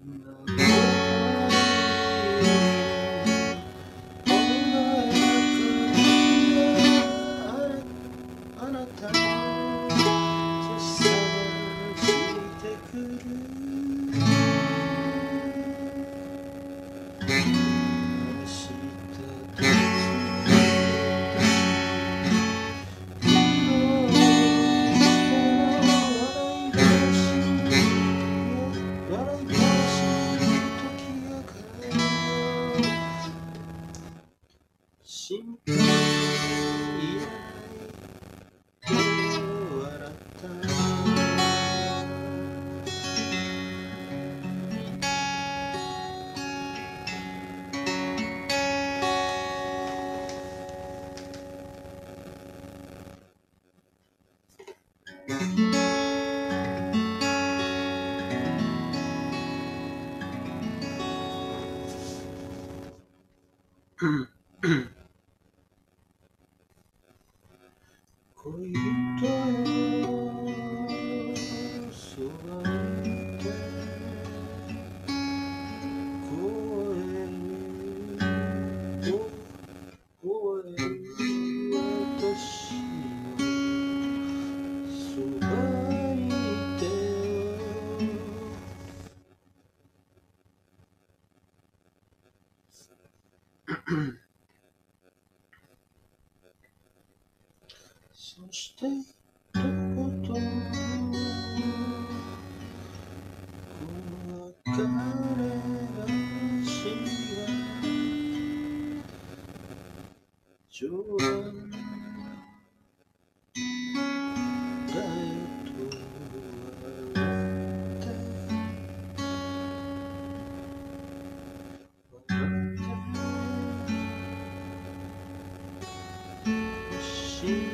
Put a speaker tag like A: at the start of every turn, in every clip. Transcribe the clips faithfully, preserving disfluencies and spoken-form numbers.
A: あなたの探してくる明日と心配いらない笑った恋人よそばにいて声に声に私のそばにいてそしてとことんこの別れ話が冗談だよと笑って笑ってほしい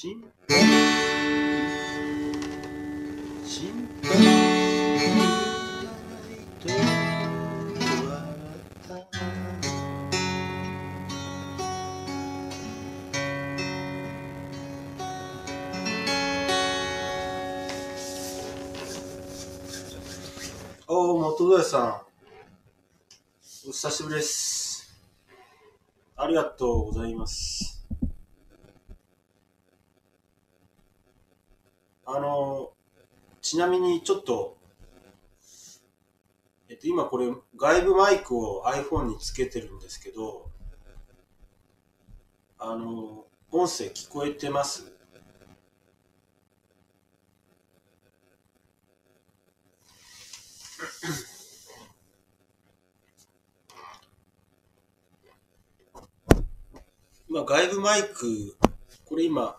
A: 心配心配ないと笑ったおー、元戸谷さん、お久しぶりです。ありがとうございます。あのちなみにちょっと、えっと、今これ外部マイクを iPhone につけてるんですけど、あの音声聞こえてます？今外部マイク、これ今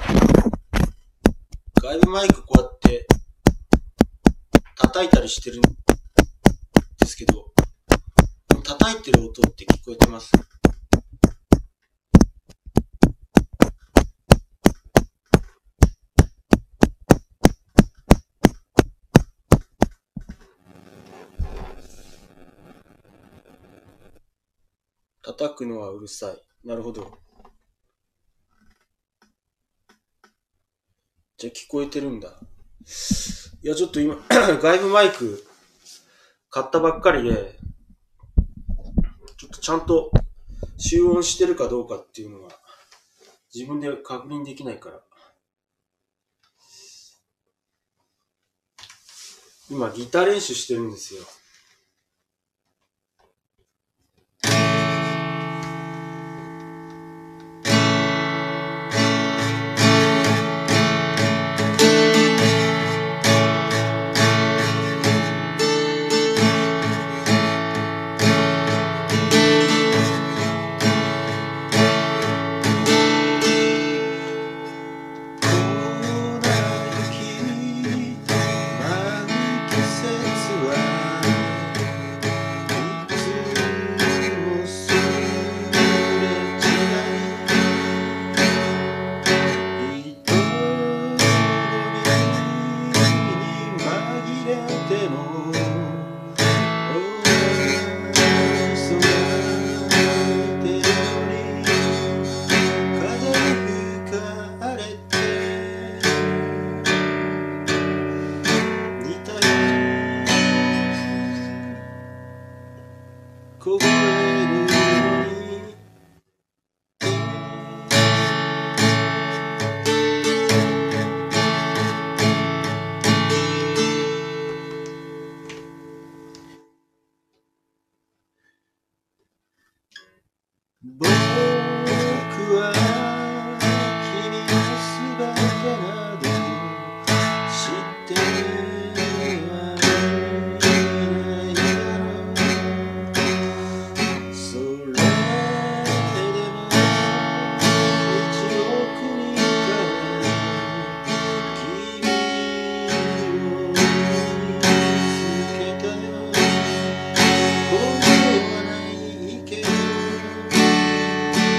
A: 外部マイクこうやって叩いたりしてるんですけど、叩いてる音って聞こえてます？叩くのはうるさい。なるほど。じゃあ聞こえてるんだ。いや、ちょっと今外部マイク買ったばっかりで、ちょっとちゃんと集音してるかどうかっていうのは自分で確認できないから、今ギター練習してるんですよ。僕は君のすべてなど知ってはいないだろう。それでも一億人から君を見つけたよ。これはないけど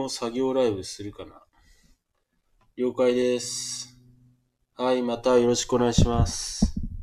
A: も作業ライブするかな。了解です。はい、またよろしくお願いします。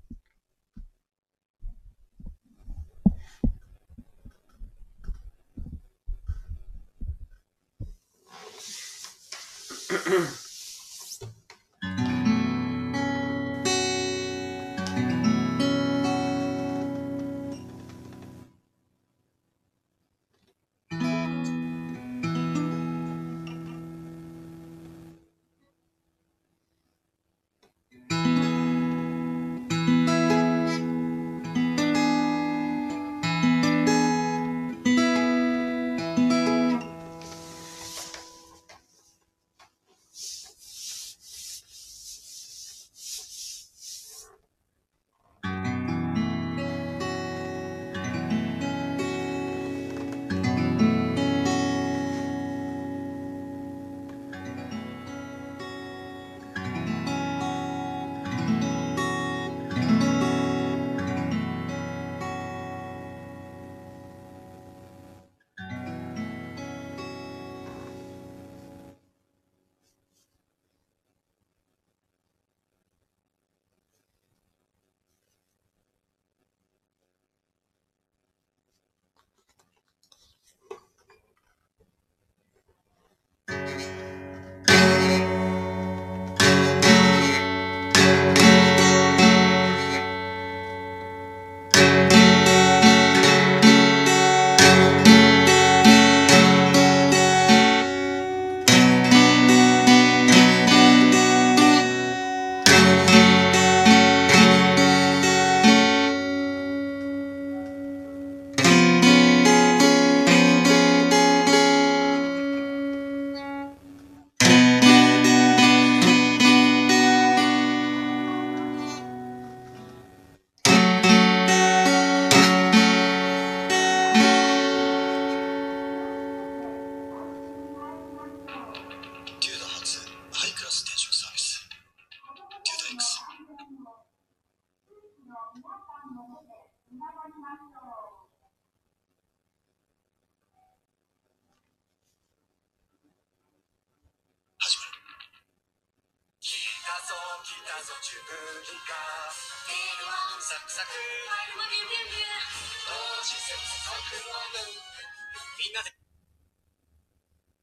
B: みんなで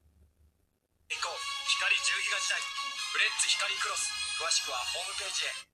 B: 行こう。光じゅうギガ時代ブレッツ光クロス、詳しくはホームページへ。